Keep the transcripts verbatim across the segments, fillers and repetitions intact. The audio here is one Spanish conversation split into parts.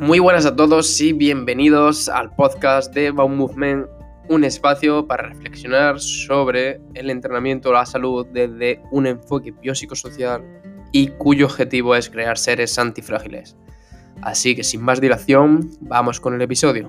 Muy buenas a todos y bienvenidos al podcast de Baum Movement, un espacio para reflexionar sobre el entrenamiento o la salud desde un enfoque biopsicosocial y cuyo objetivo es crear seres antifrágiles. Así que sin más dilación, vamos con el episodio.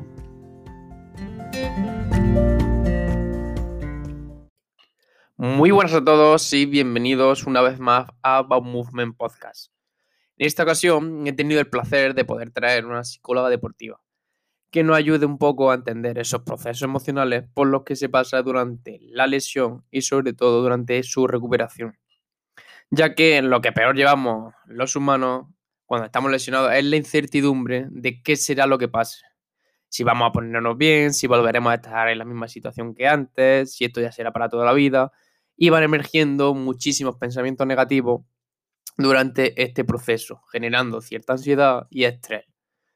Muy buenas a todos y bienvenidos una vez más a Baum Movement Podcast. En esta ocasión he tenido el placer de poder traer una psicóloga deportiva que nos ayude un poco a entender esos procesos emocionales por los que se pasa durante la lesión y sobre todo durante su recuperación. Ya que lo que peor llevamos los humanos cuando estamos lesionados es la incertidumbre de qué será lo que pase. Si vamos a ponernos bien, si volveremos a estar en la misma situación que antes, si esto ya será para toda la vida. Y van emergiendo muchísimos pensamientos negativos durante este proceso, generando cierta ansiedad y estrés.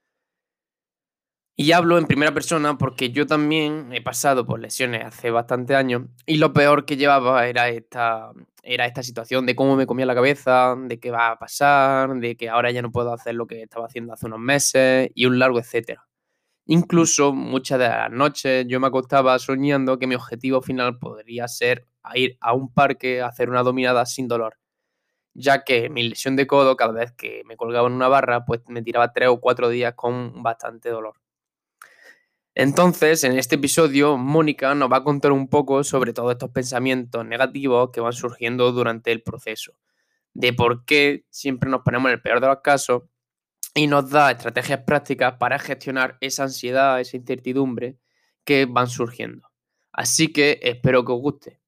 Y hablo en primera persona porque yo también he pasado por lesiones hace bastantes años y lo peor que llevaba era esta, era esta situación de cómo me comía la cabeza, de qué va a pasar, de que ahora ya no puedo hacer lo que estaba haciendo hace unos meses y un largo etcétera. Incluso muchas de las noches yo me acostaba soñando que mi objetivo final podría ser ir a un parque a hacer una dominada sin dolor, ya que mi lesión de codo, cada vez que me colgaba en una barra, pues me tiraba tres o cuatro días con bastante dolor. Entonces, en este episodio, Mónica nos va a contar un poco sobre todos estos pensamientos negativos que van surgiendo durante el proceso, de por qué siempre nos ponemos en el peor de los casos y nos da estrategias prácticas para gestionar esa ansiedad, esa incertidumbre que van surgiendo. Así que espero que os guste.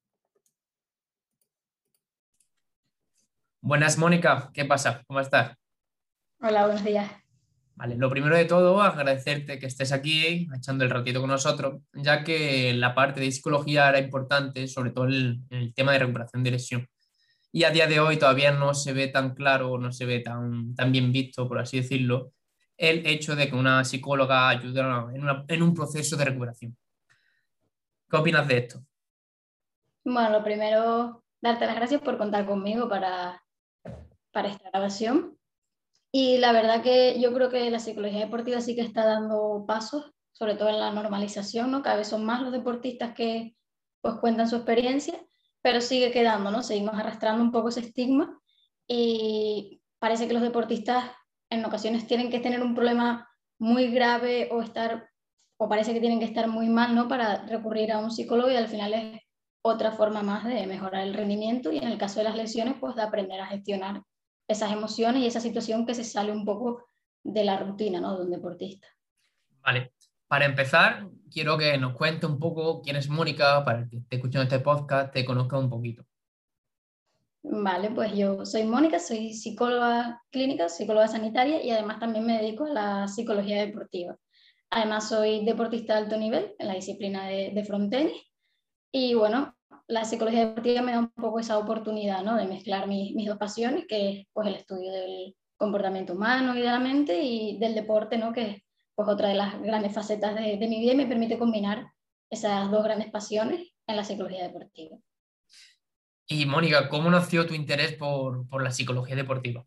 Buenas, Mónica, ¿qué pasa? ¿Cómo estás? Hola, buenos días. Vale, lo primero de todo, agradecerte que estés aquí echando el ratito con nosotros, ya que la parte de psicología era importante, sobre todo el, el tema de recuperación de lesión. Y a día de hoy todavía no se ve tan claro, no se ve tan, tan bien visto, por así decirlo, el hecho de que una psicóloga ayude en, una- en un proceso de recuperación. ¿Qué opinas de esto? Bueno, lo primero, darte las gracias por contar conmigo para, para esta grabación. Y la verdad que yo creo que la psicología deportiva sí que está dando pasos, sobre todo en la normalización, ¿no? Cada vez son más los deportistas que pues cuentan su experiencia, pero sigue quedando, ¿no? Seguimos arrastrando un poco ese estigma y parece que los deportistas en ocasiones tienen que tener un problema muy grave o estar, o parece que tienen que estar muy mal, ¿no? Para recurrir a un psicólogo y al final es otra forma más de mejorar el rendimiento y en el caso de las lesiones, pues de aprender a gestionar esas emociones y esa situación que se sale un poco de la rutina, ¿no? De un deportista. Vale, para empezar, quiero que nos cuente un poco quién es Mónica, para el que esté escuchando este podcast, te conozca un poquito. Vale, pues yo soy Mónica, soy psicóloga clínica, psicóloga sanitaria y además también me dedico a la psicología deportiva. Además soy deportista de alto nivel en la disciplina de, de frontenis y bueno, la psicología deportiva me da un poco esa oportunidad, ¿no? De mezclar mis, mis dos pasiones, que es pues el estudio del comportamiento humano y de la mente y del deporte, ¿no? Que es pues otra de las grandes facetas de, de mi vida y me permite combinar esas dos grandes pasiones en la psicología deportiva. Y Mónica, ¿cómo nació tu interés por, por la psicología deportiva?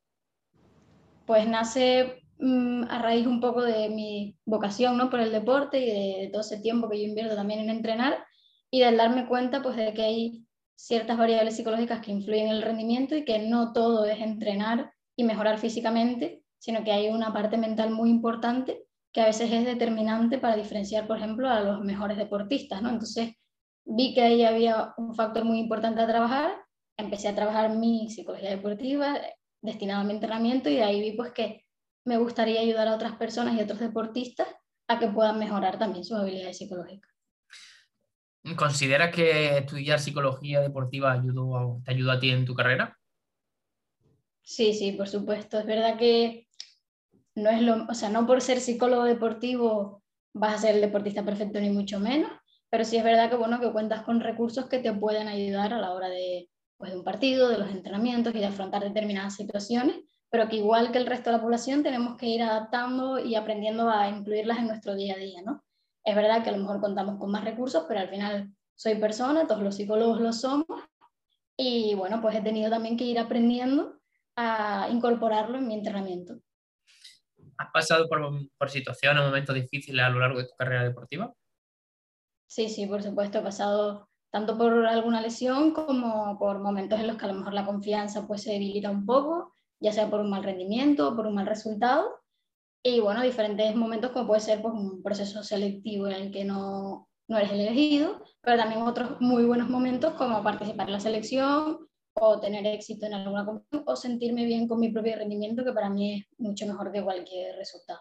Pues nace mmm, a raíz un poco de mi vocación, ¿no? Por el deporte y de, de todo ese tiempo que yo invierto también en entrenar y del darme cuenta pues de que hay ciertas variables psicológicas que influyen en el rendimiento y que no todo es entrenar y mejorar físicamente, sino que hay una parte mental muy importante que a veces es determinante para diferenciar, por ejemplo, a los mejores deportistas, ¿no? Entonces vi que ahí había un factor muy importante a trabajar, empecé a trabajar mi psicología deportiva destinado a mi entrenamiento y de ahí vi pues que me gustaría ayudar a otras personas y a otros deportistas a que puedan mejorar también sus habilidades psicológicas. ¿Consideras que estudiar psicología deportiva ayudó a- te ayudó a ti en tu carrera? Sí, sí, por supuesto. Es verdad que no es lo, o sea, no por ser psicólogo deportivo vas a ser el deportista perfecto ni mucho menos, pero sí es verdad que bueno que cuentas con recursos que te pueden ayudar a la hora de, pues, de un partido, de los entrenamientos y de afrontar determinadas situaciones, pero que igual que el resto de la población tenemos que ir adaptando y aprendiendo a incluirlas en nuestro día a día, ¿no? Es verdad que a lo mejor contamos con más recursos, pero al final soy persona, todos los psicólogos lo somos y bueno, pues he tenido también que ir aprendiendo a incorporarlo en mi entrenamiento. ¿Has pasado por, por situaciones o momentos difíciles a lo largo de tu carrera deportiva? Sí, sí, por supuesto, he pasado tanto por alguna lesión como por momentos en los que a lo mejor la confianza pues se debilita un poco, ya sea por un mal rendimiento o por un mal resultado. Y bueno, diferentes momentos como puede ser pues, un proceso selectivo en el que no, no eres el elegido, pero también otros muy buenos momentos como participar en la selección o tener éxito en alguna competición o sentirme bien con mi propio rendimiento, que para mí es mucho mejor que cualquier resultado.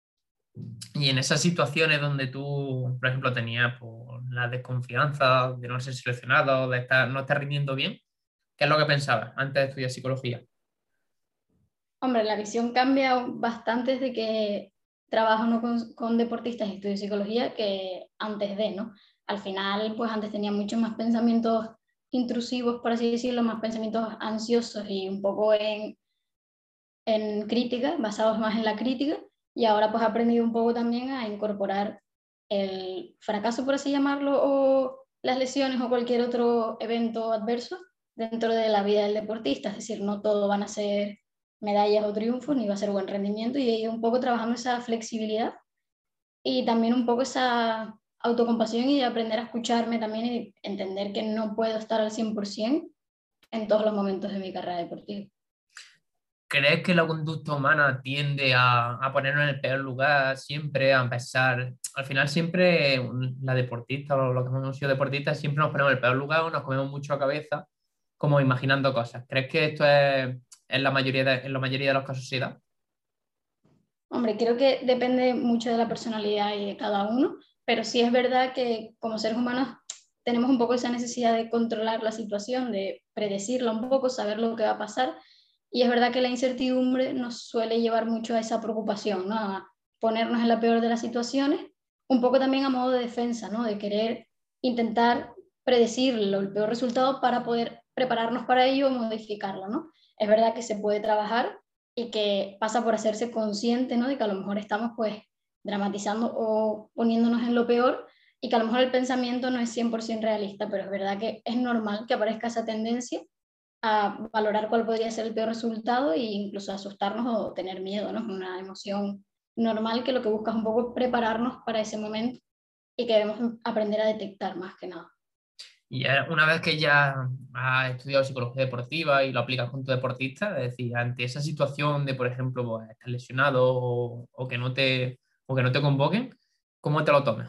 Y en esas situaciones donde tú, por ejemplo, tenías pues, la desconfianza de no ser seleccionado, de estar, no estar rindiendo bien, ¿qué es lo que pensabas antes de estudiar psicología? Hombre, la visión cambia bastante desde que trabajo ¿no? con, con deportistas y estudio psicología que antes de, ¿no? Al final, pues antes tenía muchos más pensamientos intrusivos, por así decirlo, más pensamientos ansiosos y un poco en, en crítica, basados más en la crítica, y ahora pues he aprendido un poco también a incorporar el fracaso, por así llamarlo, o las lesiones o cualquier otro evento adverso dentro de la vida del deportista, es decir, no todo van a ser medallas o triunfos, ni va a ser buen rendimiento, y he ido un poco trabajando esa flexibilidad y también un poco esa autocompasión y aprender a escucharme también y entender que no puedo estar al cien por ciento en todos los momentos de mi carrera deportiva. ¿Crees que la conducta humana tiende a, a ponernos en el peor lugar siempre, a empezar? Al final siempre la deportista o los que hemos sido deportistas siempre nos ponemos en el peor lugar o nos comemos mucho a cabeza como imaginando cosas. ¿Crees que esto es en la mayoría de, en la mayoría de los casos sí da? Hombre, creo que depende mucho de la personalidad y de cada uno, pero sí es verdad que como seres humanos tenemos un poco esa necesidad de controlar la situación, de predecirla un poco, saber lo que va a pasar. Y es verdad que la incertidumbre nos suele llevar mucho a esa preocupación, ¿no? A ponernos en la peor de las situaciones, un poco también a modo de defensa, ¿no? De querer intentar predecirlo, el peor resultado para poder prepararnos para ello o modificarlo, ¿no? Es verdad que se puede trabajar y que pasa por hacerse consciente, ¿no? De que a lo mejor estamos pues dramatizando o poniéndonos en lo peor y que a lo mejor el pensamiento no es cien por ciento realista, pero es verdad que es normal que aparezca esa tendencia a valorar cuál podría ser el peor resultado e incluso asustarnos o tener miedo, ¿no? Es una emoción normal que lo que busca es un poco prepararnos para ese momento y que debemos aprender a detectar más que nada. Y ya una vez que ya has estudiado psicología deportiva y lo aplicas con tu deportista, es decir, ante esa situación de, por ejemplo, pues, estar lesionado o, o que no te, o que no te convoquen, ¿cómo te lo tomas?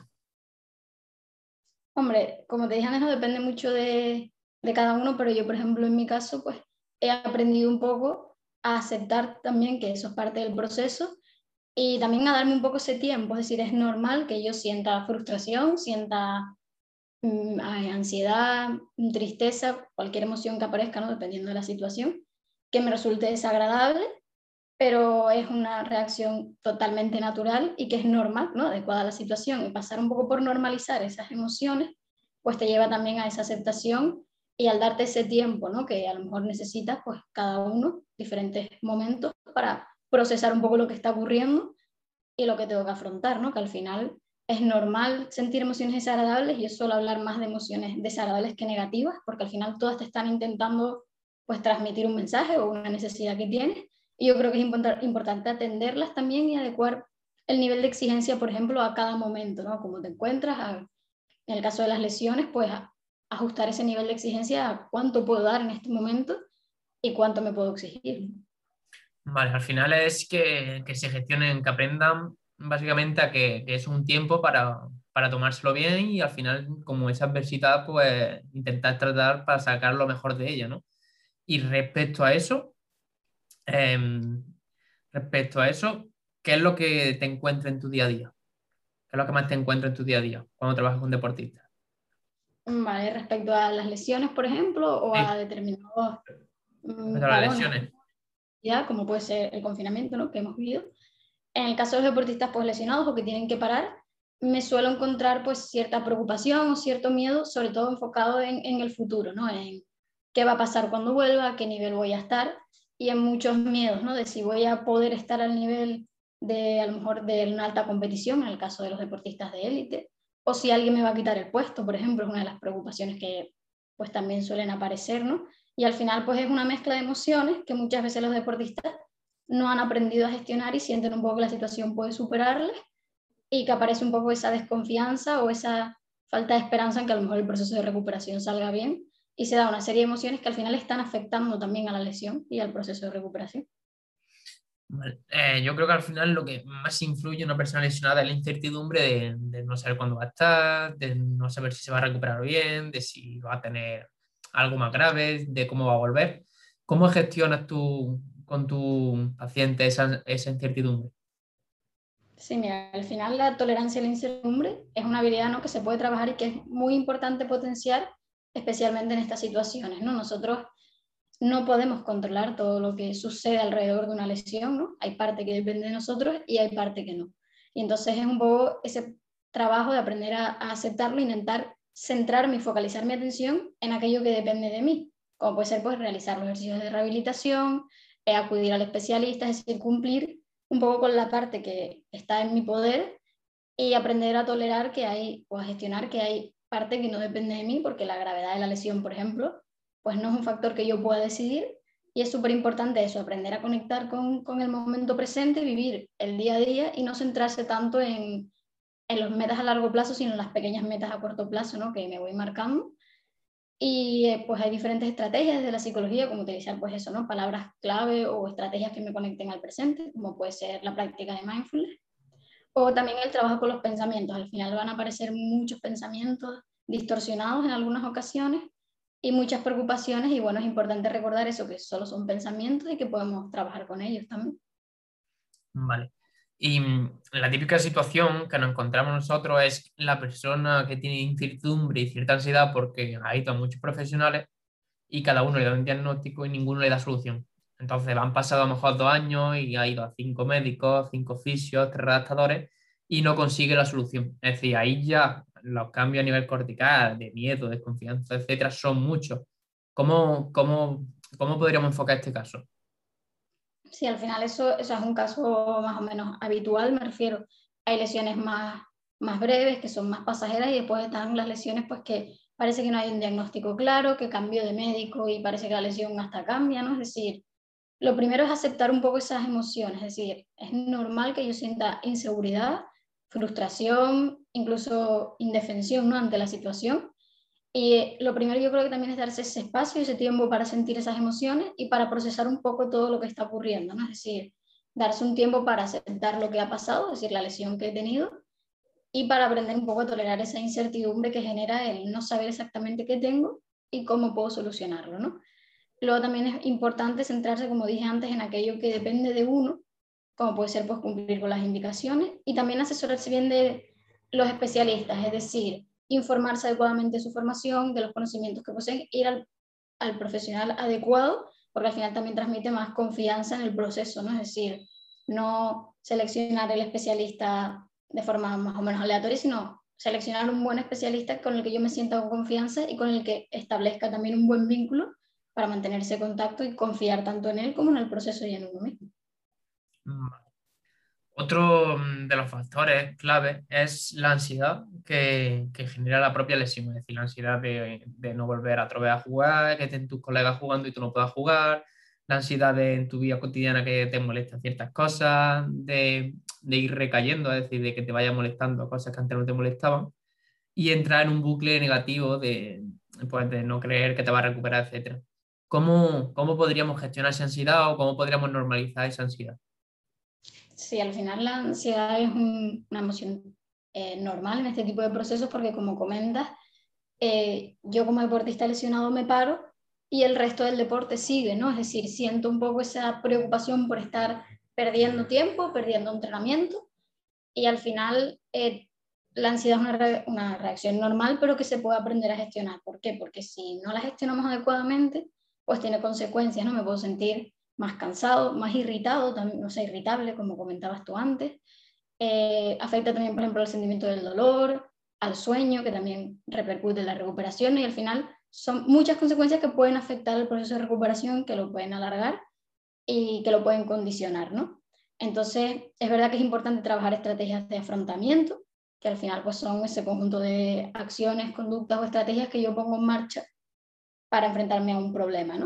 Hombre, como te dije antes, no depende mucho de, de cada uno, pero yo, por ejemplo, en mi caso, pues he aprendido un poco a aceptar también que eso es parte del proceso y también a darme un poco ese tiempo, es decir, es normal que yo sienta frustración, sienta mm, ay, ansiedad, mm, tristeza, cualquier emoción que aparezca, ¿no? Dependiendo de la situación, que me resulte desagradable, pero es una reacción totalmente natural y que es normal, ¿no? Adecuada a la situación. Y pasar un poco por normalizar esas emociones, pues te lleva también a esa aceptación y al darte ese tiempo, ¿no? Que a lo mejor necesitas, pues cada uno, diferentes momentos para procesar un poco lo que está ocurriendo y lo que tengo que afrontar, ¿no? Que al final es normal sentir emociones desagradables. Yo suelo hablar más de emociones desagradables que negativas, porque al final todas te están intentando pues transmitir un mensaje o una necesidad que tienes. Y yo creo que es import importante atenderlas también y adecuar el nivel de exigencia, por ejemplo, a cada momento, ¿no? Como te encuentras, a, en el caso de las lesiones, pues a, ajustar ese nivel de exigencia a cuánto puedo dar en este momento y cuánto me puedo exigir. Vale, al final es que, que se gestionen, que aprendan básicamente a que, que es un tiempo para, para tomárselo bien y al final, como esa adversidad, pues intentar tratar para sacar lo mejor de ella, ¿no? Y respecto a eso, em, respecto a eso, ¿qué es lo que te encuentra en tu día a día? ¿Qué es lo que más te encuentra en tu día a día cuando trabajas con deportistas? Vale, respecto a las lesiones, por ejemplo, o a Sí, determinados mm, respecto a las parones, lesiones. ya, como puede ser el confinamiento, ¿no? Que hemos vivido. En el caso de los deportistas pues, lesionados o que tienen que parar, me suelo encontrar pues, cierta preocupación o cierto miedo, sobre todo enfocado en, en el futuro, ¿no? En qué va a pasar cuando vuelva, a qué nivel voy a estar, y en muchos miedos, ¿no? De si voy a poder estar al nivel de a lo mejor de una alta competición, en el caso de los deportistas de élite, o si alguien me va a quitar el puesto, por ejemplo, es una de las preocupaciones que pues también suelen aparecer, ¿no? Y al final pues es una mezcla de emociones que muchas veces los deportistas no han aprendido a gestionar y sienten un poco que la situación puede superarles y que aparece un poco esa desconfianza o esa falta de esperanza en que a lo mejor el proceso de recuperación salga bien y se da una serie de emociones que al final están afectando también a la lesión y al proceso de recuperación. Vale. Eh, yo creo que al final lo que más influye en una persona lesionada es la incertidumbre de, de no saber cuándo va a estar, de no saber si se va a recuperar bien, de si va a tener algo más grave, de cómo va a volver. ¿Cómo gestionas tú con tu paciente esa, esa incertidumbre? Sí, mira, al final la tolerancia a la incertidumbre es una habilidad, ¿no?, que se puede trabajar y que es muy importante potenciar, especialmente en estas situaciones, ¿no? Nosotros no podemos controlar todo lo que sucede alrededor de una lesión, ¿no? Hay parte que depende de nosotros y hay parte que no. Y entonces es un poco ese trabajo de aprender a, a aceptarlo, intentar centrarme y focalizar mi atención en aquello que depende de mí, como puede ser pues realizar los ejercicios de rehabilitación, eh, acudir al especialista, es decir, cumplir un poco con la parte que está en mi poder y aprender a tolerar que hay, o a gestionar que hay parte que no depende de mí, porque la gravedad de la lesión, por ejemplo, pues no es un factor que yo pueda decidir, y es súper importante eso, aprender a conectar con, con el momento presente, vivir el día a día y no centrarse tanto en, en los metas a largo plazo, sino en las pequeñas metas a corto plazo, ¿no?, que me voy marcando. Y eh, pues hay diferentes estrategias de la psicología, como utilizar pues eso, ¿no?, palabras clave o estrategias que me conecten al presente, como puede ser la práctica de mindfulness, o también el trabajo con los pensamientos. Al final van a aparecer muchos pensamientos distorsionados en algunas ocasiones y muchas preocupaciones, y bueno, es importante recordar eso, que solo son pensamientos y que podemos trabajar con ellos también. Vale. Y mm, la típica situación que nos encontramos nosotros es la persona que tiene incertidumbre y cierta ansiedad porque ha ido a muchos profesionales y cada uno le da un diagnóstico y ninguno le da solución. Entonces han pasado a lo mejor dos años y ha ido a cinco médicos, cinco fisios, tres redactadores y no consigue la solución. Es decir, ahí ya los cambios a nivel cortical, de miedo, desconfianza, etcétera, son muchos. ¿Cómo, cómo, cómo podríamos enfocar este caso? Sí, al final eso, eso es un caso más o menos habitual, me refiero. Hay lesiones más, más breves, que son más pasajeras, y después están las lesiones pues que parece que no hay un diagnóstico claro, que cambió de médico y parece que la lesión hasta cambia, ¿no? Es decir, lo primero es aceptar un poco esas emociones, es decir, es normal que yo sienta inseguridad, frustración, incluso indefensión, ¿no?, ante la situación. Y lo primero yo creo que también es darse ese espacio, ese tiempo para sentir esas emociones y para procesar un poco todo lo que está ocurriendo, ¿no? Es decir, darse un tiempo para aceptar lo que ha pasado, es decir, la lesión que he tenido, y para aprender un poco a tolerar esa incertidumbre que genera el no saber exactamente qué tengo y cómo puedo solucionarlo, ¿no? Luego también es importante centrarse, como dije antes, en aquello que depende de uno, como puede ser pues, cumplir con las indicaciones, y también asesorarse bien de los especialistas, es decir, informarse adecuadamente de su formación, de los conocimientos que poseen, ir al, al profesional adecuado, porque al final también transmite más confianza en el proceso, ¿no? Es decir, no seleccionar el especialista de forma más o menos aleatoria, sino seleccionar un buen especialista con el que yo me sienta con confianza y con el que establezca también un buen vínculo para mantenerse en contacto y confiar tanto en él como en el proceso y en uno mismo. Vale. Otro mm, de los factores clave es la ansiedad que, que genera la propia lesión, es decir, la ansiedad de, de no volver a otra vez a jugar, que estén tus colegas jugando y tú no puedas jugar, la ansiedad de en tu vida cotidiana que te molestan ciertas cosas, de, de ir recayendo, es decir, de que te vaya molestando cosas que antes no te molestaban, y entrar en un bucle negativo de, pues, de no creer que te va a recuperar, etcétera. ¿Cómo, cómo podríamos gestionar esa ansiedad o cómo podríamos normalizar esa ansiedad? Sí, al final la ansiedad es un, una emoción eh, normal en este tipo de procesos porque, como comentas, eh, yo como deportista lesionado me paro y el resto del deporte sigue, ¿no? Es decir, siento un poco esa preocupación por estar perdiendo tiempo, perdiendo entrenamiento, y al final eh, la ansiedad es una, re una reacción normal, pero que se puede aprender a gestionar. ¿Por qué? Porque si no la gestionamos adecuadamente, pues tiene consecuencias, ¿no? Me puedo sentir más cansado, más irritado, también, no sé, irritable, como comentabas tú antes. Eh, afecta también, por ejemplo, al sentimiento del dolor, al sueño, que también repercute en la recuperación, y al final son muchas consecuencias que pueden afectar el proceso de recuperación, que lo pueden alargar y que lo pueden condicionar, ¿no? Entonces, es verdad que es importante trabajar estrategias de afrontamiento, que al final pues son ese conjunto de acciones, conductas o estrategias que yo pongo en marcha para enfrentarme a un problema, ¿no?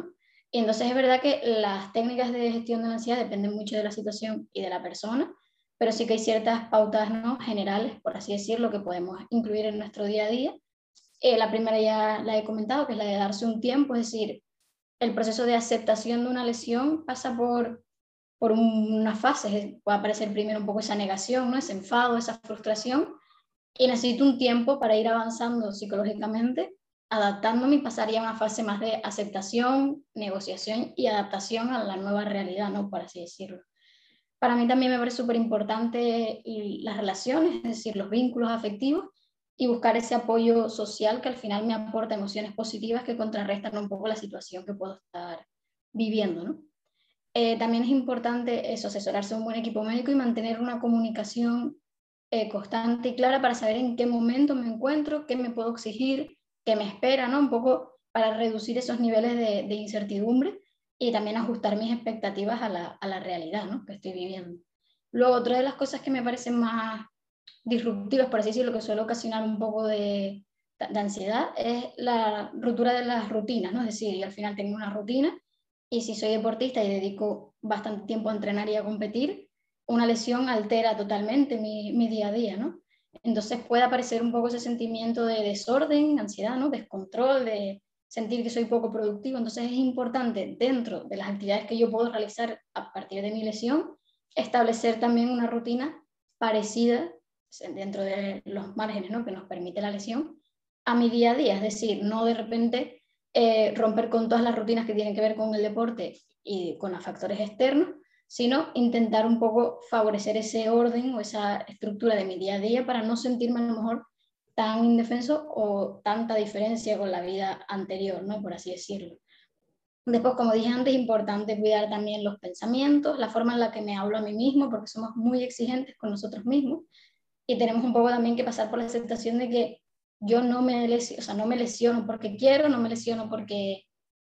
Y entonces es verdad que las técnicas de gestión de la ansiedad dependen mucho de la situación y de la persona, pero sí que hay ciertas pautas, ¿no?, generales, por así decirlo, que podemos incluir en nuestro día a día. Eh, la primera ya la he comentado, que es la de darse un tiempo, es decir, el proceso de aceptación de una lesión pasa por, por una fase, puede aparecer primero un poco esa negación, ¿no?, ese enfado, esa frustración, y necesito un tiempo para ir avanzando psicológicamente, adaptándome y pasar ya a una fase más de aceptación, negociación y adaptación a la nueva realidad, ¿no?, por así decirlo. Para mí también me parece súper importante las relaciones, es decir, los vínculos afectivos, y buscar ese apoyo social que al final me aporta emociones positivas que contrarrestan un poco la situación que puedo estar viviendo, ¿no? Eh, también es importante eso, asesorarse de un buen equipo médico y mantener una comunicación eh, constante y clara para saber en qué momento me encuentro, qué me puedo exigir, qué me espera, ¿no? Un poco para reducir esos niveles de, de incertidumbre y también ajustar mis expectativas a la, a la realidad, ¿no?, que estoy viviendo. Luego, otra de las cosas que me parecen más disruptivas, por así decirlo, que suele ocasionar un poco de, de ansiedad, es la ruptura de las rutinas, ¿no? Es decir, yo al final tengo una rutina y si soy deportista y dedico bastante tiempo a entrenar y a competir, una lesión altera totalmente mi, mi día a día, ¿no? Entonces puede aparecer un poco ese sentimiento de desorden, ansiedad, ¿no?, descontrol, de sentir que soy poco productivo. Entonces es importante, dentro de las actividades que yo puedo realizar a partir de mi lesión, establecer también una rutina parecida dentro de los márgenes, ¿no?, que nos permite la lesión, a mi día a día. Es decir, no de repente eh, romper con todas las rutinas que tienen que ver con el deporte y con los factores externos, sino intentar un poco favorecer ese orden o esa estructura de mi día a día para no sentirme a lo mejor tan indefenso o tanta diferencia con la vida anterior, ¿no?, por así decirlo. Después, como dije antes, es importante cuidar también los pensamientos, la forma en la que me hablo a mí mismo, porque somos muy exigentes con nosotros mismos y tenemos un poco también que pasar por la aceptación de que yo no me lesiono, o sea, no me lesiono porque quiero, no me lesiono porque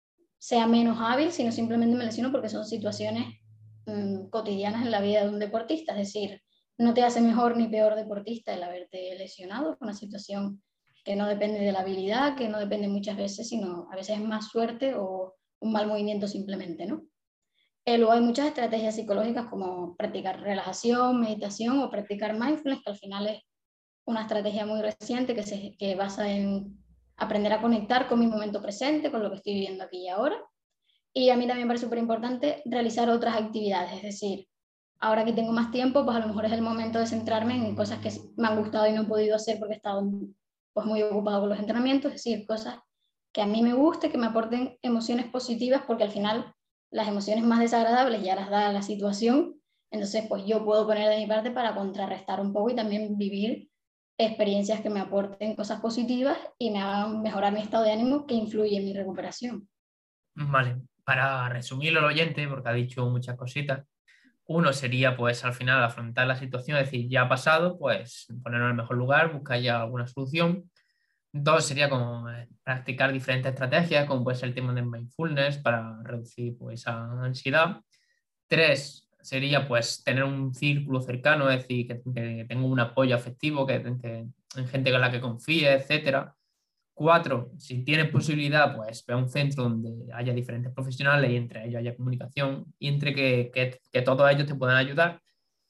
sea menos hábil, sino simplemente me lesiono porque son situaciones mmm, cotidianas en la vida de un deportista. Es decir, no te hace mejor ni peor deportista el haberte lesionado, una situación que no depende de la habilidad, que no depende muchas veces, sino a veces es más suerte o un mal movimiento simplemente, ¿no? Eh, luego hay muchas estrategias psicológicas como practicar relajación, meditación o practicar mindfulness, que al final es una estrategia muy reciente que se que basa en aprender a conectar con mi momento presente, con lo que estoy viviendo aquí y ahora. Y a mí también me parece súper importante realizar otras actividades, es decir, ahora que tengo más tiempo, pues a lo mejor es el momento de centrarme en cosas que me han gustado y no he podido hacer porque he estado pues, muy ocupado con los entrenamientos, es decir, cosas que a mí me guste, que me aporten emociones positivas, porque al final las emociones más desagradables ya las da la situación, entonces pues yo puedo poner de mi parte para contrarrestar un poco y también vivir experiencias que me aporten cosas positivas y me hagan mejorar mi estado de ánimo, que influye en mi recuperación. Vale, para resumirlo al oyente, porque ha dicho muchas cositas, uno sería pues al final afrontar la situación, es decir, ya ha pasado, pues ponernos en el mejor lugar, buscar ya alguna solución. Dos sería como eh, practicar diferentes estrategias, como puede ser el tema de mindfulness para reducir pues esa ansiedad. Tres sería pues tener un círculo cercano, es decir, que, que tenga un apoyo afectivo, que, que en gente con la que confíe, etcétera. Cuatro, si tienes posibilidad, pues ve a un centro donde haya diferentes profesionales y entre ellos haya comunicación y entre que, que, que todos ellos te puedan ayudar.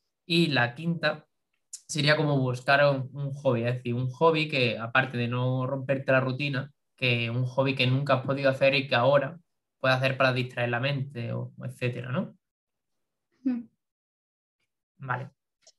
Y la quinta sería como buscar un, un hobby, es decir, un hobby que aparte de no romperte la rutina, que un hobby que nunca has podido hacer y que ahora puedes hacer para distraer la mente, o etcétera, ¿no? Mm. Vale.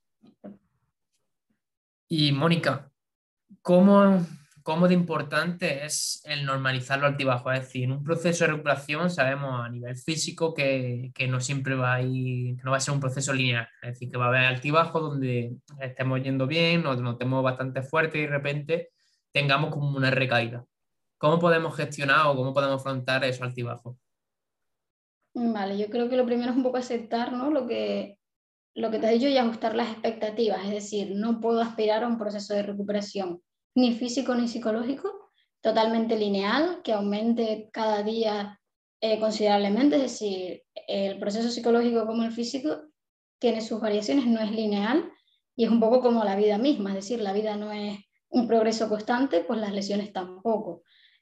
Y Mónica, ¿cómo, ¿cómo de importante es el normalizar los altibajos? Es decir, en un proceso de recuperación sabemos a nivel físico que, que no siempre va a ir, que no va a ser un proceso lineal. Es decir, que va a haber altibajos donde estemos yendo bien, nos notemos bastante fuerte y de repente tengamos como una recaída. ¿Cómo podemos gestionar o cómo podemos afrontar esos altibajos? Vale, yo creo que lo primero es un poco aceptar, ¿no?, lo que, lo que te he dicho y ajustar las expectativas, es decir, no puedo aspirar a un proceso de recuperación ni físico ni psicológico totalmente lineal, que aumente cada día eh, considerablemente, es decir, el proceso psicológico como el físico tiene sus variaciones, no es lineal y es un poco como la vida misma, es decir, la vida no es un progreso constante, pues las lesiones tampoco.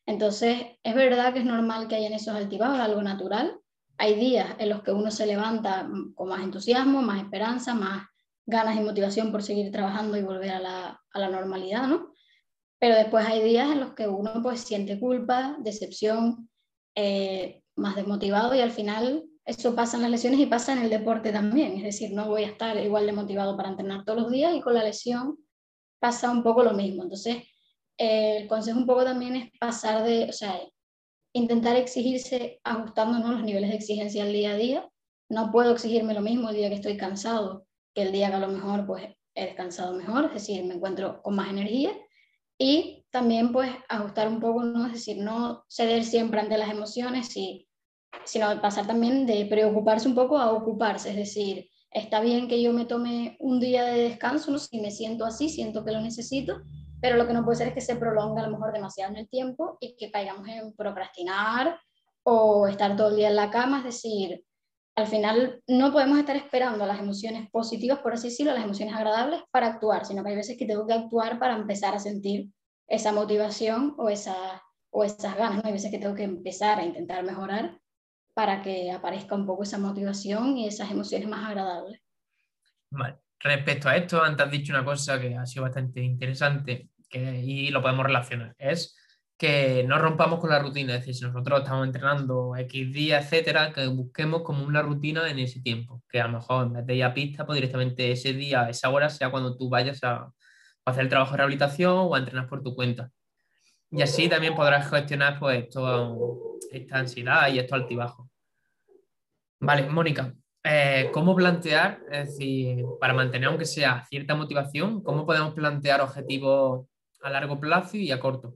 Entonces, es verdad que es normal que hayan esos altibajos, algo natural. Hay días en los que uno se levanta con más entusiasmo, más esperanza, más ganas y motivación por seguir trabajando y volver a la, a la normalidad, ¿no? Pero después hay días en los que uno pues siente culpa, decepción, eh, más desmotivado, y al final eso pasa en las lesiones y pasa en el deporte también. Es decir, no voy a estar igual de motivado para entrenar todos los días, y con la lesión pasa un poco lo mismo. Entonces, eh, el consejo un poco también es pasar de, o sea, intentar exigirse ajustándonos los niveles de exigencia al día a día. No puedo exigirme lo mismo el día que estoy cansado que el día que a lo mejor pues he descansado mejor, es decir, me encuentro con más energía. Y también pues ajustar un poco, ¿no? Es decir, no ceder siempre ante las emociones, y, sino pasar también de preocuparse un poco a ocuparse. Es decir, está bien que yo me tome un día de descanso, ¿no? Si me siento así, siento que lo necesito, pero lo que no puede ser es que se prolongue a lo mejor demasiado en el tiempo y que caigamos en procrastinar o estar todo el día en la cama. Es decir, al final no podemos estar esperando las emociones positivas, por así decirlo, las emociones agradables para actuar, sino que hay veces que tengo que actuar para empezar a sentir esa motivación o, esa, o esas ganas, ¿no? Hay veces que tengo que empezar a intentar mejorar para que aparezca un poco esa motivación y esas emociones más agradables. Vale. Respecto a esto, antes has dicho una cosa que ha sido bastante interesante que, y lo podemos relacionar. Es que no rompamos con la rutina. Es decir, si nosotros estamos entrenando X días, etcétera, que busquemos como una rutina en ese tiempo. Que a lo mejor en vez de ir a pista, pues directamente ese día, esa hora, sea cuando tú vayas a, a hacer el trabajo de rehabilitación o a entrenar por tu cuenta. Y así también podrás gestionar pues toda esta ansiedad y estos altibajos. Vale, Mónica, eh, ¿cómo plantear, es decir, para mantener aunque sea cierta motivación, cómo podemos plantear objetivos a largo plazo y a corto?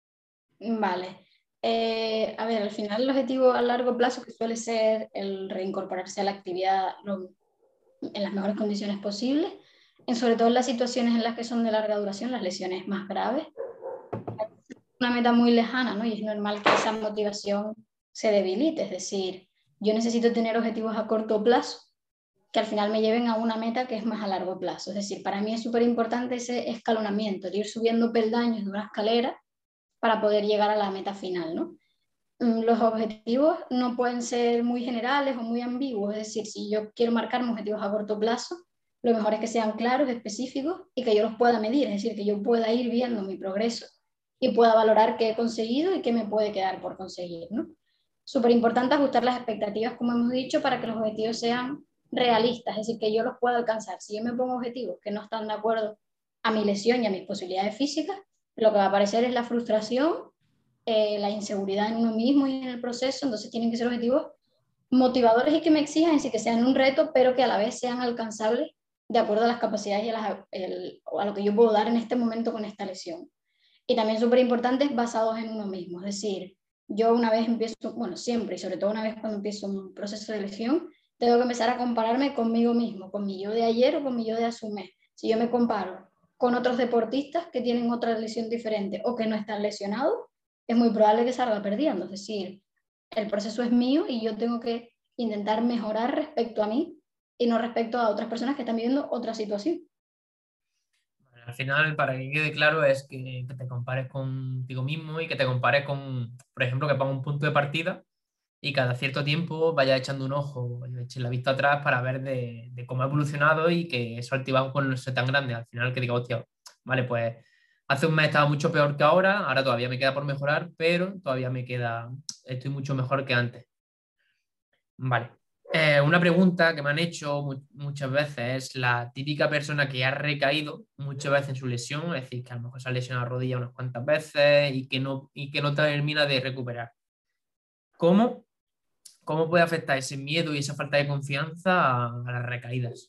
Vale. Eh, a ver, al final el objetivo a largo plazo, que suele ser el reincorporarse a la actividad lo, en las mejores condiciones posibles, en sobre todo en las situaciones en las que son de larga duración, las lesiones más graves, una meta muy lejana, ¿no? Y es normal que esa motivación se debilite. Es decir, yo necesito tener objetivos a corto plazo que al final me lleven a una meta que es más a largo plazo. Es decir, para mí es súper importante ese escalonamiento, de ir subiendo peldaños de una escalera para poder llegar a la meta final, ¿no? Los objetivos no pueden ser muy generales o muy ambiguos. Es decir, si yo quiero marcarme objetivos a corto plazo, lo mejor es que sean claros, específicos, y que yo los pueda medir. Es decir, que yo pueda ir viendo mi progreso y pueda valorar qué he conseguido y qué me puede quedar por conseguir, ¿no? Súper importante ajustar las expectativas, como hemos dicho, para que los objetivos sean realistas, es decir, que yo los pueda alcanzar. Si yo me pongo objetivos que no están de acuerdo a mi lesión y a mis posibilidades físicas, lo que va a aparecer es la frustración, eh, la inseguridad en uno mismo y en el proceso. Entonces tienen que ser objetivos motivadores y que me exijan, es decir, que sean un reto, pero que a la vez sean alcanzables de acuerdo a las capacidades y a, las, el, a lo que yo puedo dar en este momento con esta lesión. Y también súper importantes, basados en uno mismo. Es decir, yo una vez empiezo, bueno, siempre y sobre todo una vez cuando empiezo un proceso de lesión, tengo que empezar a compararme conmigo mismo, con mi yo de ayer o con mi yo de hace un mes. Si yo me comparo con otros deportistas que tienen otra lesión diferente o que no están lesionados, es muy probable que salga perdiendo. Es decir, el proceso es mío y yo tengo que intentar mejorar respecto a mí y no respecto a otras personas que están viviendo otra situación. Al final, para que quede claro, es que, que te compares contigo mismo y que te compares con, por ejemplo, que ponga un punto de partida y cada cierto tiempo vaya echando un ojo, vaya echando la vista atrás para ver de, de cómo ha evolucionado y que eso altibajos pues, no sea tan grande. Al final que diga, hostia, vale, pues hace un mes estaba mucho peor que ahora, ahora todavía me queda por mejorar, pero todavía me queda, estoy mucho mejor que antes. Vale. Eh, una pregunta que me han hecho mu muchas veces es la típica persona que ha recaído muchas veces en su lesión, es decir, que a lo mejor se ha lesionado la rodilla unas cuantas veces y que no, y que no termina de recuperar. ¿Cómo, cómo puede afectar ese miedo y esa falta de confianza a, a las recaídas?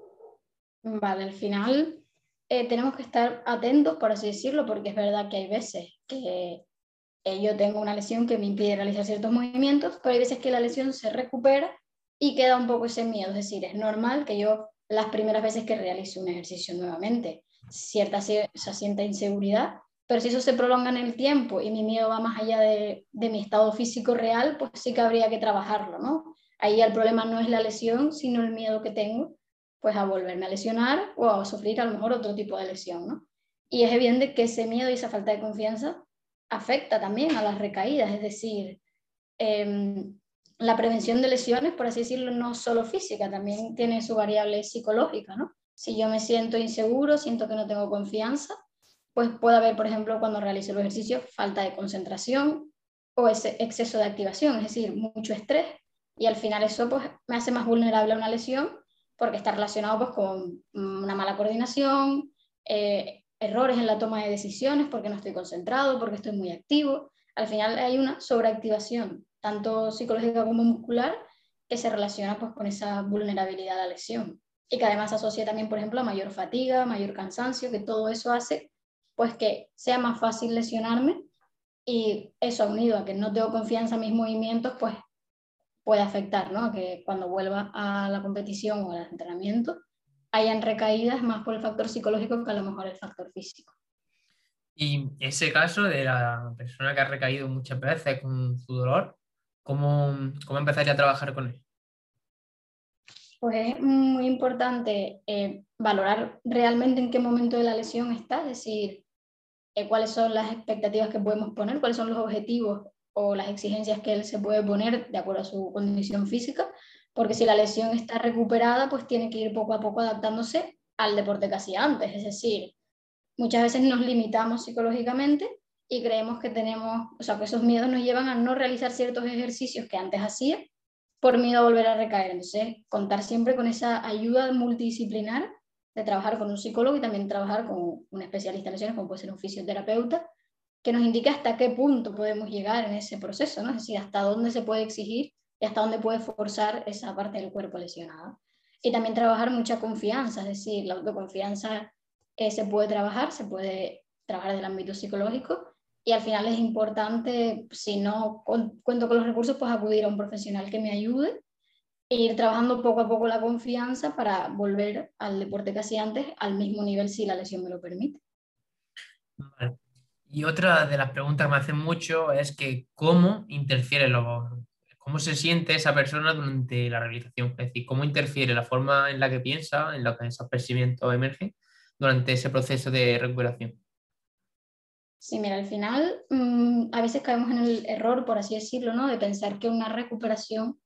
Vale, al final eh, tenemos que estar atentos, por así decirlo, porque es verdad que hay veces que eh, yo tengo una lesión que me impide realizar ciertos movimientos, pero hay veces que la lesión se recupera y queda un poco ese miedo. Es decir, es normal que yo las primeras veces que realice un ejercicio nuevamente cierta, se, se sienta inseguridad, pero si eso se prolonga en el tiempo y mi miedo va más allá de, de mi estado físico real, pues sí que habría que trabajarlo, ¿no? Ahí el problema no es la lesión, sino el miedo que tengo pues a volverme a lesionar o a sufrir a lo mejor otro tipo de lesión, ¿no? Y es evidente que ese miedo y esa falta de confianza afecta también a las recaídas, es decir, eh, la prevención de lesiones, por así decirlo, no solo física, también tiene su variable psicológica, ¿no? Si yo me siento inseguro, siento que no tengo confianza, pues puede haber, por ejemplo, cuando realizo el ejercicio, falta de concentración o ese exceso de activación, es decir, mucho estrés, y al final eso pues, me hace más vulnerable a una lesión porque está relacionado pues, con una mala coordinación, eh, errores en la toma de decisiones porque no estoy concentrado, porque estoy muy activo. Al final hay una sobreactivación, tanto psicológica como muscular, que se relaciona pues, con esa vulnerabilidad a la lesión. Y que además asocia también, por ejemplo, a mayor fatiga, mayor cansancio, que todo eso hace pues, que sea más fácil lesionarme, y eso unido a que no tengo confianza en mis movimientos, pues puede afectar, ¿no? A que cuando vuelva a la competición o al entrenamiento hayan recaídas más por el factor psicológico que a lo mejor el factor físico. Y ese caso de la persona que ha recaído muchas veces con su dolor, ¿cómo, cómo empezaría a trabajar con él? Pues es muy importante eh, valorar realmente en qué momento de la lesión está, es decir, eh, cuáles son las expectativas que podemos poner, cuáles son los objetivos o las exigencias que él se puede poner de acuerdo a su condición física, porque si la lesión está recuperada, pues tiene que ir poco a poco adaptándose al deporte que hacía antes, es decir, muchas veces nos limitamos psicológicamente y creemos que tenemos, o sea, que esos miedos nos llevan a no realizar ciertos ejercicios que antes hacía por miedo a volver a recaer. Entonces, contar siempre con esa ayuda multidisciplinar de trabajar con un psicólogo y también trabajar con un especialista en lesiones, como puede ser un fisioterapeuta, que nos indique hasta qué punto podemos llegar en ese proceso, ¿no? Es decir, hasta dónde se puede exigir y hasta dónde puede forzar esa parte del cuerpo lesionada. Y también trabajar mucha confianza, es decir, la autoconfianza eh, se puede trabajar, se puede trabajar desde el ámbito psicológico, y al final es importante, si no con, cuento con los recursos, pues acudir a un profesional que me ayude e ir trabajando poco a poco la confianza para volver al deporte que hacía antes al mismo nivel si la lesión me lo permite. Vale. Y otra de las preguntas que me hacen mucho es que cómo interfiere los, cómo se siente esa persona durante la rehabilitación, es decir, cómo interfiere la forma en la que piensa, en la que esos percibimientos emergen durante ese proceso de recuperación. Sí, mira, al final mmm, a veces caemos en el error, por así decirlo, ¿no? De pensar que una recuperación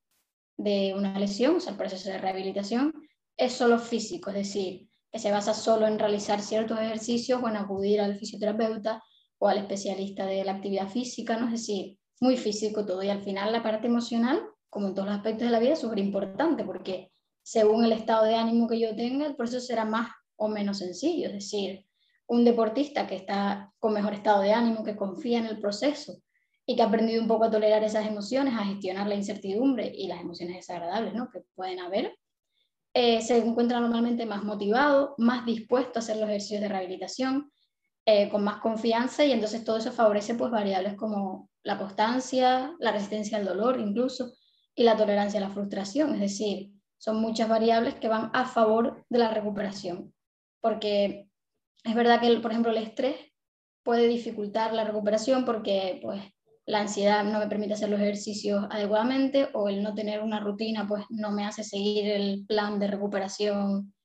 de una lesión, o sea, el proceso de rehabilitación, es solo físico, es decir, que se basa solo en realizar ciertos ejercicios o en acudir al fisioterapeuta o al especialista de la actividad física, ¿no? Es decir, muy físico todo, y al final la parte emocional, como en todos los aspectos de la vida, es súper importante porque según el estado de ánimo que yo tenga, el proceso será más o menos sencillo, es decir, un deportista que está con mejor estado de ánimo, que confía en el proceso y que ha aprendido un poco a tolerar esas emociones, a gestionar la incertidumbre y las emociones desagradables, ¿no?, que pueden haber, eh, se encuentra normalmente más motivado, más dispuesto a hacer los ejercicios de rehabilitación, eh, con más confianza, y entonces todo eso favorece pues, variables como la constancia, la resistencia al dolor incluso, y la tolerancia a la frustración. Es decir, son muchas variables que van a favor de la recuperación, porque es verdad que, por ejemplo, el estrés puede dificultar la recuperación porque pues, la ansiedad no me permite hacer los ejercicios adecuadamente, o el no tener una rutina pues, no me hace seguir el plan de recuperación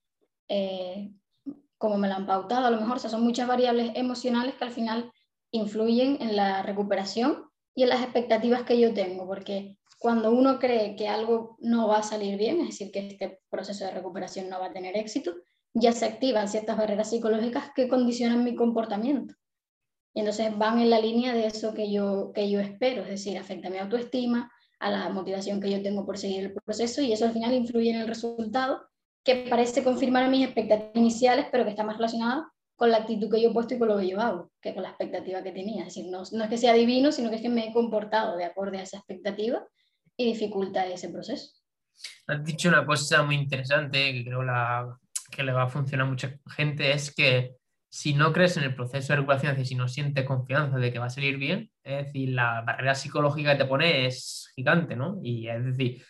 eh, como me lo han pautado. A lo mejor, o sea, son muchas variables emocionales que al final influyen en la recuperación y en las expectativas que yo tengo, porque cuando uno cree que algo no va a salir bien, es decir, que este proceso de recuperación no va a tener éxito, ya se activan ciertas barreras psicológicas que condicionan mi comportamiento. Y entonces van en la línea de eso que yo, que yo espero, es decir, afecta a mi autoestima, a la motivación que yo tengo por seguir el proceso, y eso al final influye en el resultado, que parece confirmar mis expectativas iniciales, pero que está más relacionada con la actitud que yo he puesto y con lo que yo hago, que con la expectativa que tenía. Es decir, no, no es que sea divino, sino que es que me he comportado de acuerdo a esa expectativa y dificulta ese proceso. Has dicho una cosa muy interesante que creo la, que le va a funcionar a mucha gente, es que si no crees en el proceso de recuperación, es decir, si no sientes confianza de que va a salir bien, es decir, la barrera psicológica que te pone es gigante, ¿no? Y es decir,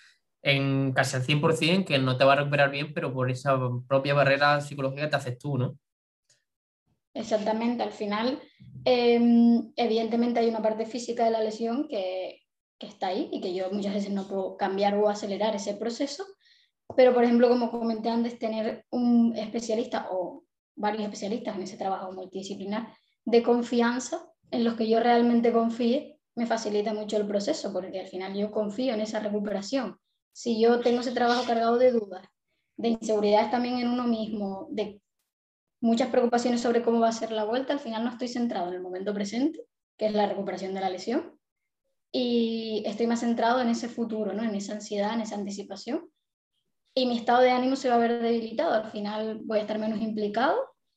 en casi al cien por ciento que no te va a recuperar bien, pero por esa propia barrera psicológica te haces tú, ¿no? Exactamente, al final, eh, evidentemente hay una parte física de la lesión que, que está ahí y que yo muchas veces no puedo cambiar o acelerar ese proceso, pero por ejemplo, como comenté antes, tener un especialista o varios especialistas en ese trabajo multidisciplinar de confianza en los que yo realmente confíe, me facilita mucho el proceso, porque al final yo confío en esa recuperación. Si yo tengo ese trabajo cargado de dudas, de inseguridades también en uno mismo, de muchas preocupaciones sobre cómo va a ser la vuelta, al final no estoy centrado en el momento presente, que es la recuperación de la lesión, y estoy más centrado en ese futuro, ¿no? En esa ansiedad, en esa anticipación, y mi estado de ánimo se va a ver debilitado. Al final voy a estar menos implicado,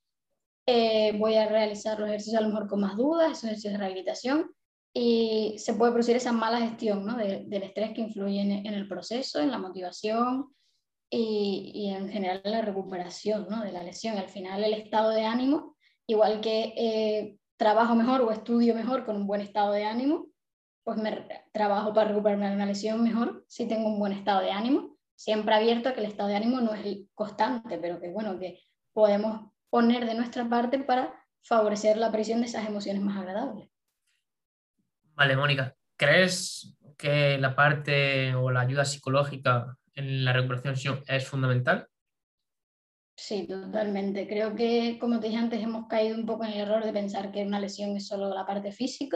eh, voy a realizar los ejercicios a lo mejor con más dudas, esos ejercicios de rehabilitación, y se puede producir esa mala gestión, ¿no? de, del estrés que influye en, en el proceso, en la motivación y, y en general en la recuperación, ¿no? de la lesión. Al final el estado de ánimo, igual que eh, trabajo mejor o estudio mejor con un buen estado de ánimo, pues me trabajo para recuperarme de una lesión mejor si tengo un buen estado de ánimo, siempre abierto a que el estado de ánimo no es constante, pero que bueno, que podemos poner de nuestra parte para favorecer la aparición de esas emociones más agradables. Vale, Mónica, ¿crees que la parte o la ayuda psicológica en la recuperación es fundamental? Sí, totalmente. Creo que, como te dije antes, hemos caído un poco en el error de pensar que una lesión es solo la parte física,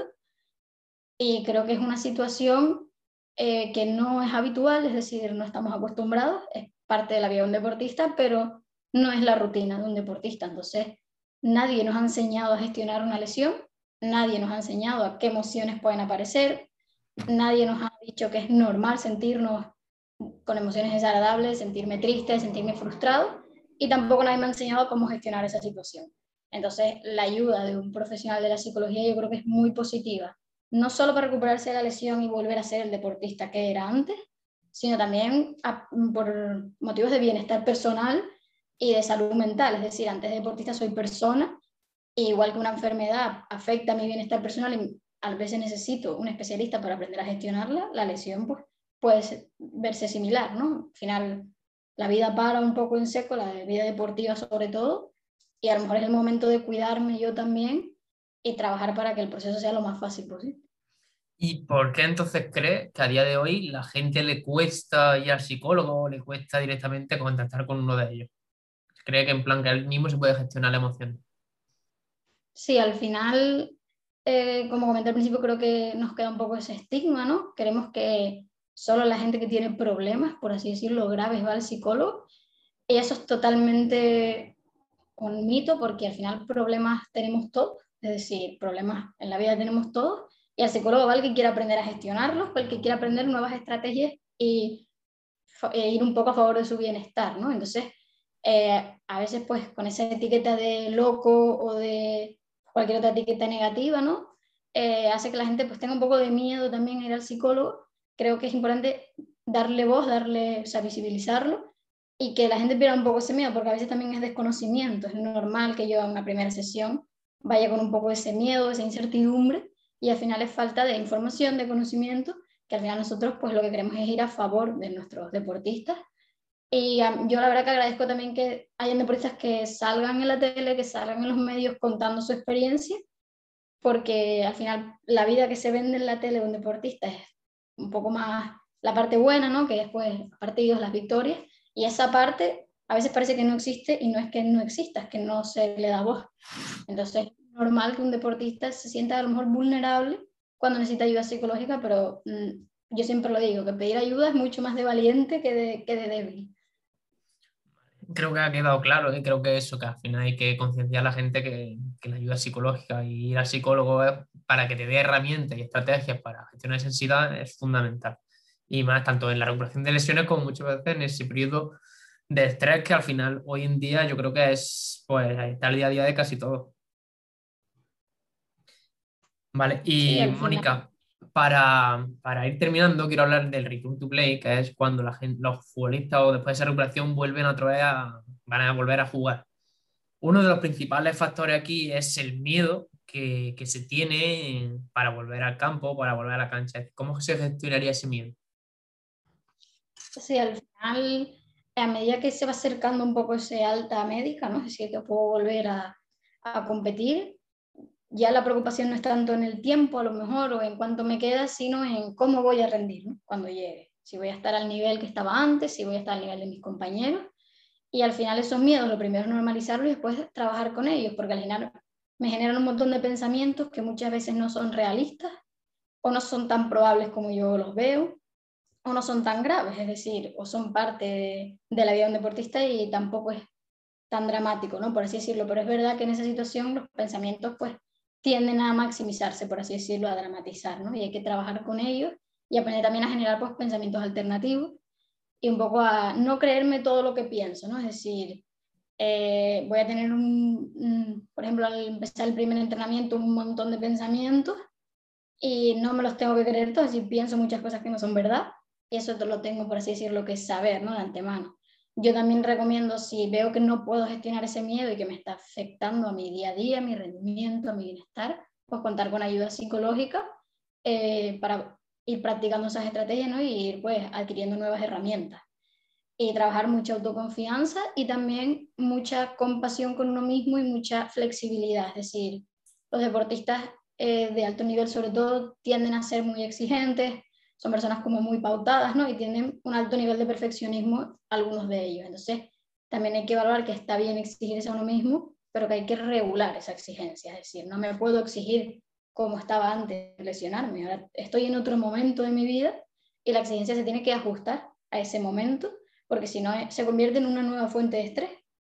y creo que es una situación eh, que no es habitual, es decir, no estamos acostumbrados, es parte de la vida de un deportista, pero no es la rutina de un deportista. Entonces, nadie nos ha enseñado a gestionar una lesión, nadie nos ha enseñado a qué emociones pueden aparecer, nadie nos ha dicho que es normal sentirnos con emociones desagradables, sentirme triste, sentirme frustrado, y tampoco nadie me ha enseñado cómo gestionar esa situación. Entonces, la ayuda de un profesional de la psicología yo creo que es muy positiva, no solo para recuperarse de la lesión y volver a ser el deportista que era antes, sino también a, por motivos de bienestar personal y de salud mental. Es decir, antes de deportista soy persona, e igual que una enfermedad afecta a mi bienestar personal y a veces necesito un especialista para aprender a gestionarla, la lesión pues, puede verse similar, ¿no? Al final la vida para un poco en seco, la vida deportiva sobre todo, y a lo mejor es el momento de cuidarme yo también y trabajar para que el proceso sea lo más fácil posible. ¿Y por qué entonces crees que a día de hoy la gente le cuesta ir al psicólogo o le cuesta directamente contactar con uno de ellos? ¿Cree que en plan que él mismo se puede gestionar la emoción? Sí, al final, eh, como comenté al principio, creo que nos queda un poco ese estigma, ¿no? Queremos que solo la gente que tiene problemas, por así decirlo, graves, va al psicólogo, y eso es totalmente un mito, porque al final problemas tenemos todos, es decir, problemas en la vida tenemos todos, y al psicólogo va el que quiera aprender a gestionarlos, el que quiera aprender nuevas estrategias y e ir un poco a favor de su bienestar, ¿no? Entonces, eh, a veces pues con esa etiqueta de loco o de cualquier otra etiqueta negativa, ¿no? Eh, hace que la gente pues tenga un poco de miedo también a ir al psicólogo. Creo que es importante darle voz, darle, o sea, visibilizarlo, y que la gente pierda un poco ese miedo, porque a veces también es desconocimiento. Es normal que yo a una primera sesión vaya con un poco de ese miedo, esa incertidumbre, y al final es falta de información, de conocimiento, que al final nosotros pues lo que queremos es ir a favor de nuestros deportistas. Y um, yo la verdad que agradezco también que hayan deportistas que salgan en la tele, que salgan en los medios contando su experiencia, porque al final la vida que se vende en la tele de un deportista es un poco más la parte buena, ¿no? Que después los partidos, las victorias, y esa parte a veces parece que no existe, y no es que no exista, es que no se le da voz. Entonces es normal que un deportista se sienta a lo mejor vulnerable cuando necesita ayuda psicológica, pero mmm, yo siempre lo digo, que pedir ayuda es mucho más de valiente que de, que de débil. Creo que ha quedado claro, ¿eh? Creo que eso, que al final hay que concienciar a la gente que, que la ayuda psicológica y ir al psicólogo es para que te dé herramientas y estrategias para gestionar esa ansiedad es fundamental. Y más tanto en la recuperación de lesiones como muchas veces en ese periodo de estrés que al final hoy en día yo creo que es pues está el día a día de casi todo. Vale, Sí, y al final. Mónica, para, para ir terminando, quiero hablar del return to play, que es cuando la gente, los futbolistas o después de esa recuperación vuelven otra vez a, van a volver a jugar. Uno de los principales factores aquí es el miedo que, que se tiene para volver al campo, para volver a la cancha. ¿Cómo se gestionaría ese miedo? Sí, al final, a medida que se va acercando un poco ese alta médica, ¿no? Es decir, que puedo volver a, a competir, ya la preocupación no es tanto en el tiempo a lo mejor o en cuánto me queda, sino en cómo voy a rendir, ¿no? Cuando llegue. Si voy a estar al nivel que estaba antes, si voy a estar al nivel de mis compañeros. Y al final esos miedos, lo primero es normalizarlos y después trabajar con ellos, porque al final me generan un montón de pensamientos que muchas veces no son realistas o no son tan probables como yo los veo, o no son tan graves, es decir, o son parte de, de la vida de un deportista y tampoco es tan dramático, ¿no? Por así decirlo, pero es verdad que en esa situación los pensamientos pues tienden a maximizarse, por así decirlo, a dramatizar, ¿no? Y hay que trabajar con ellos y aprender también a generar pues pensamientos alternativos y un poco a no creerme todo lo que pienso, ¿no? Es decir, eh, voy a tener un, un, por ejemplo, al empezar el primer entrenamiento, un montón de pensamientos y no me los tengo que creer todos y pienso muchas cosas que no son verdad y eso lo tengo, por así decirlo, que saber, ¿no? De antemano. Yo también recomiendo, si veo que no puedo gestionar ese miedo y que me está afectando a mi día a día, a mi rendimiento, a mi bienestar, pues contar con ayuda psicológica eh, para ir practicando esas estrategias, ¿no? Y ir pues adquiriendo nuevas herramientas. Y trabajar mucha autoconfianza y también mucha compasión con uno mismo y mucha flexibilidad. Es decir, los deportistas eh, de alto nivel sobre todo tienden a ser muy exigentes, son personas como muy pautadas, ¿no? Y tienen un alto nivel de perfeccionismo algunos de ellos. Entonces, también hay que evaluar que está bien exigirse a uno mismo, pero que hay que regular esa exigencia. Es decir, no me puedo exigir como estaba antes de lesionarme. Ahora estoy en otro momento de mi vida y la exigencia se tiene que ajustar a ese momento, porque si no se convierte en una nueva fuente de estrés.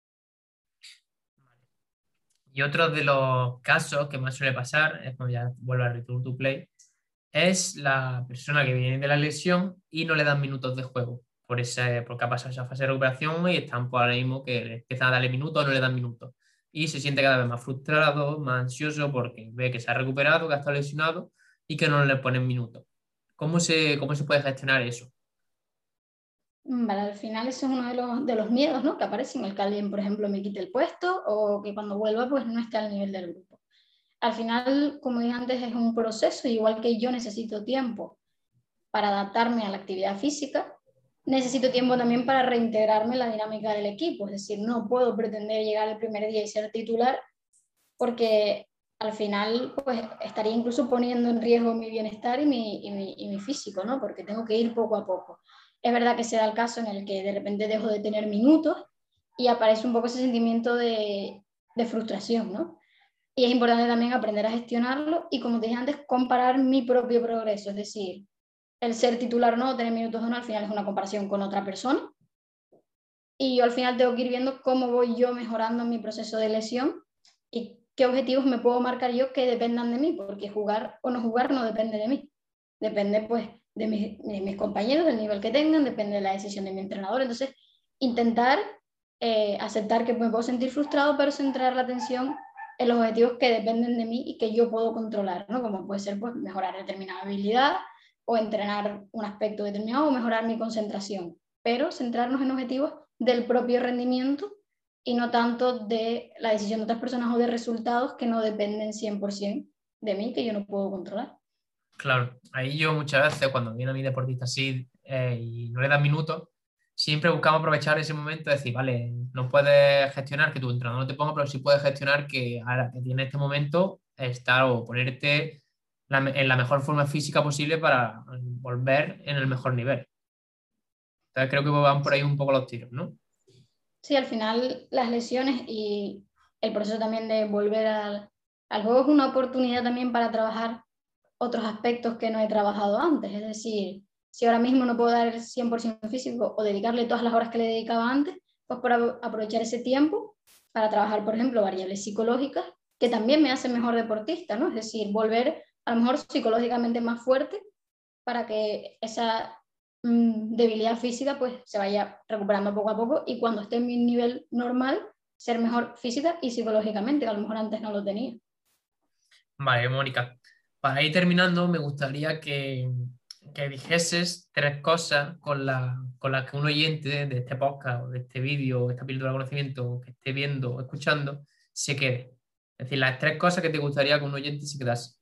Y otro de los casos que más suele pasar, es cuando ya vuelve a Return to Play, es la persona que viene de la lesión y no le dan minutos de juego, por ese, porque ha pasado esa fase de recuperación y están por ahora mismo que le empiezan a darle minutos o no le dan minutos. Y se siente cada vez más frustrado, más ansioso porque ve que se ha recuperado, que ha estado lesionado y que no le ponen minutos. ¿Cómo se, cómo se puede gestionar eso? Vale, al final eso es uno de los, de los miedos, ¿no? Que aparecen, el que alguien, por ejemplo, me quite el puesto o que cuando vuelva pues no esté al nivel del grupo. Al final, como dije antes, es un proceso, igual que yo necesito tiempo para adaptarme a la actividad física, necesito tiempo también para reintegrarme en la dinámica del equipo. Es decir, no puedo pretender llegar el primer día y ser titular porque al final pues estaría incluso poniendo en riesgo mi bienestar y mi, y mi, y mi físico, ¿no? Porque tengo que ir poco a poco. Es verdad que se da el caso en el que de repente dejo de tener minutos y aparece un poco ese sentimiento de, de frustración, ¿no? Y es importante también aprender a gestionarlo y, como te dije antes, comparar mi propio progreso. Es decir, el ser titular o no, tener minutos o no, al final es una comparación con otra persona. Y yo al final tengo que ir viendo cómo voy yo mejorando en mi proceso de lesión y qué objetivos me puedo marcar yo que dependan de mí, porque jugar o no jugar no depende de mí. Depende pues de mis, de mis compañeros, del nivel que tengan, depende de la decisión de mi entrenador. Entonces, intentar eh, aceptar que me puedo sentir frustrado, pero centrar la atención en los objetivos que dependen de mí y que yo puedo controlar, ¿no? Como puede ser pues mejorar determinada habilidad o entrenar un aspecto determinado o mejorar mi concentración, pero centrarnos en objetivos del propio rendimiento y no tanto de la decisión de otras personas o de resultados que no dependen cien por ciento de mí, que yo no puedo controlar. Claro, ahí yo muchas veces cuando viene a mi deportista así eh, y no le dan minutos, siempre buscamos aprovechar ese momento y decir, vale, no puedes gestionar que tu entrenador no te ponga, pero sí puedes gestionar que ahora que tiene este momento estar o ponerte la, en la mejor forma física posible para volver en el mejor nivel. Entonces creo que van por ahí un poco los tiros, ¿no? Sí, al final las lesiones y el proceso también de volver al, al juego es una oportunidad también para trabajar otros aspectos que no he trabajado antes. Es decir, si ahora mismo no puedo dar el cien por ciento físico o dedicarle todas las horas que le dedicaba antes, pues por aprovechar ese tiempo para trabajar, por ejemplo, variables psicológicas que también me hacen mejor deportista, ¿no? Es decir, volver a lo mejor psicológicamente más fuerte para que esa mmm, debilidad física pues se vaya recuperando poco a poco y cuando esté en mi nivel normal, ser mejor física y psicológicamente, que a lo mejor antes no lo tenía. Vale, Mónica. Para ir terminando, me gustaría que, que dijeses tres cosas con, la, con las que un oyente de este podcast o de este vídeo o esta píldora de conocimiento que esté viendo o escuchando se quede. Es decir, las tres cosas que te gustaría que un oyente se quedase.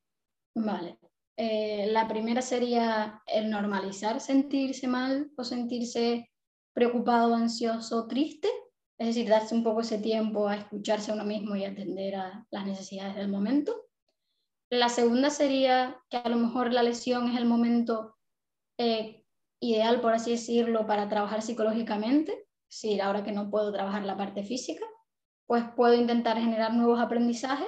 Vale. Eh, la primera sería el normalizar sentirse mal o sentirse preocupado, ansioso, triste. Es decir, darse un poco ese tiempo a escucharse a uno mismo y atender a las necesidades del momento. La segunda sería que a lo mejor la lesión es el momento eh, ideal, por así decirlo, para trabajar psicológicamente. Es decir, ahora que no puedo trabajar la parte física, pues puedo intentar generar nuevos aprendizajes,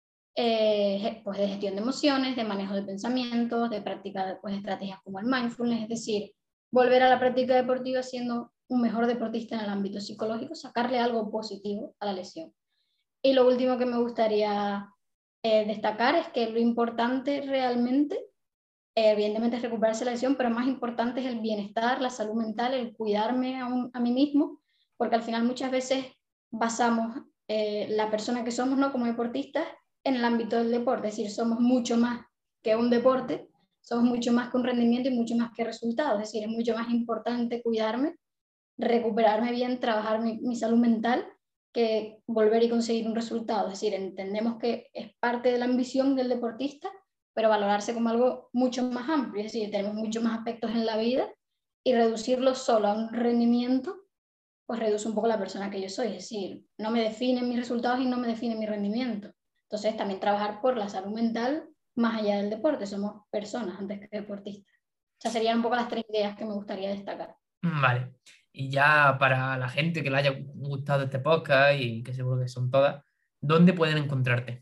eh, pues de gestión de emociones, de manejo de pensamientos, de práctica pues, de estrategias como el mindfulness, es decir, volver a la práctica deportiva siendo un mejor deportista en el ámbito psicológico, sacarle algo positivo a la lesión. Y lo último que me gustaría eh, destacar es que lo importante realmente, eh, evidentemente es recuperarse la lesión, pero más importante es el bienestar, la salud mental, el cuidarme a, un, a mí mismo, porque al final muchas veces basamos eh, la persona que somos, ¿no?, como deportistas en el ámbito del deporte, es decir, somos mucho más que un deporte, somos mucho más que un rendimiento y mucho más que resultados, es decir, es mucho más importante cuidarme, recuperarme bien, trabajar mi, mi salud mental, que volver y conseguir un resultado. Es decir, entendemos que es parte de la ambición del deportista, pero valorarse como algo mucho más amplio, es decir, tenemos muchos más aspectos en la vida y reducirlo solo a un rendimiento, pues reduce un poco la persona que yo soy, es decir, no me definen mis resultados y no me define mi rendimiento. Entonces, también trabajar por la salud mental más allá del deporte, somos personas antes que deportistas. O sea, serían un poco las tres ideas que me gustaría destacar. Vale. Y ya para la gente que le haya gustado este podcast, y que seguro que son todas, ¿dónde pueden encontrarte?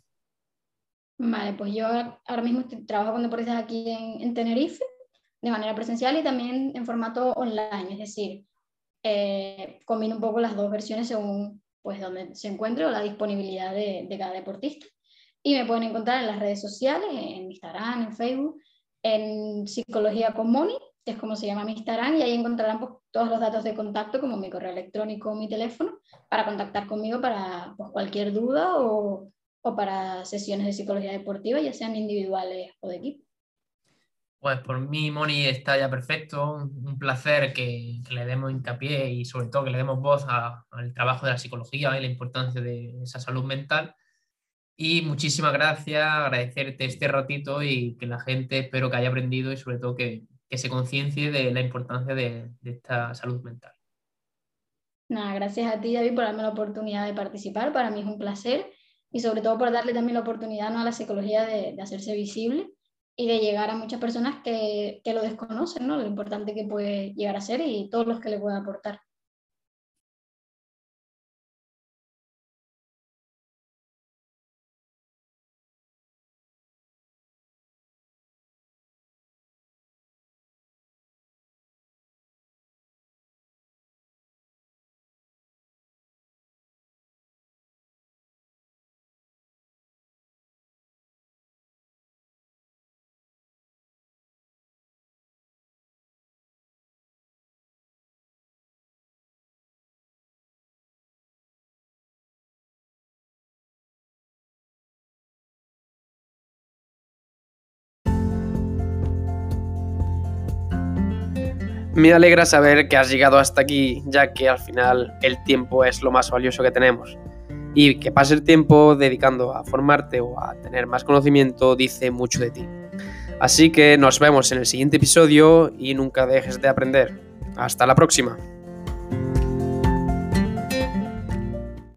Vale, pues yo ahora mismo estoy, trabajo con deportistas aquí en, en Tenerife, de manera presencial y también en formato online, es decir, eh, combino un poco las dos versiones según pues, donde se encuentre o la disponibilidad de, de cada deportista. Y me pueden encontrar en las redes sociales, en Instagram, en Facebook, en Psicología con Moni, que es como se llama mi Instagram, y ahí encontrarán pues, todos los datos de contacto, como mi correo electrónico o mi teléfono, para contactar conmigo para pues, cualquier duda o, o para sesiones de psicología deportiva, ya sean individuales o de equipo. Pues por mí, Moni, está ya perfecto. Un placer que, que le demos hincapié y sobre todo que le demos voz a- al trabajo de la psicología y la importancia de esa salud mental. Y muchísimas gracias, agradecerte este ratito y que la gente espero que haya aprendido y sobre todo que, que se conciencie de la importancia de, de esta salud mental. Nada, gracias a ti, David, por darme la oportunidad de participar. Para mí es un placer y sobre todo por darle también la oportunidad, ¿no?, a la psicología de, de hacerse visible y de llegar a muchas personas que, que lo desconocen, ¿no?, lo importante que puede llegar a ser y todos los que le pueda aportar. Me alegra saber que has llegado hasta aquí, ya que al final el tiempo es lo más valioso que tenemos. Y que pases tiempo dedicando a formarte o a tener más conocimiento dice mucho de ti. Así que nos vemos en el siguiente episodio y nunca dejes de aprender. Hasta la próxima.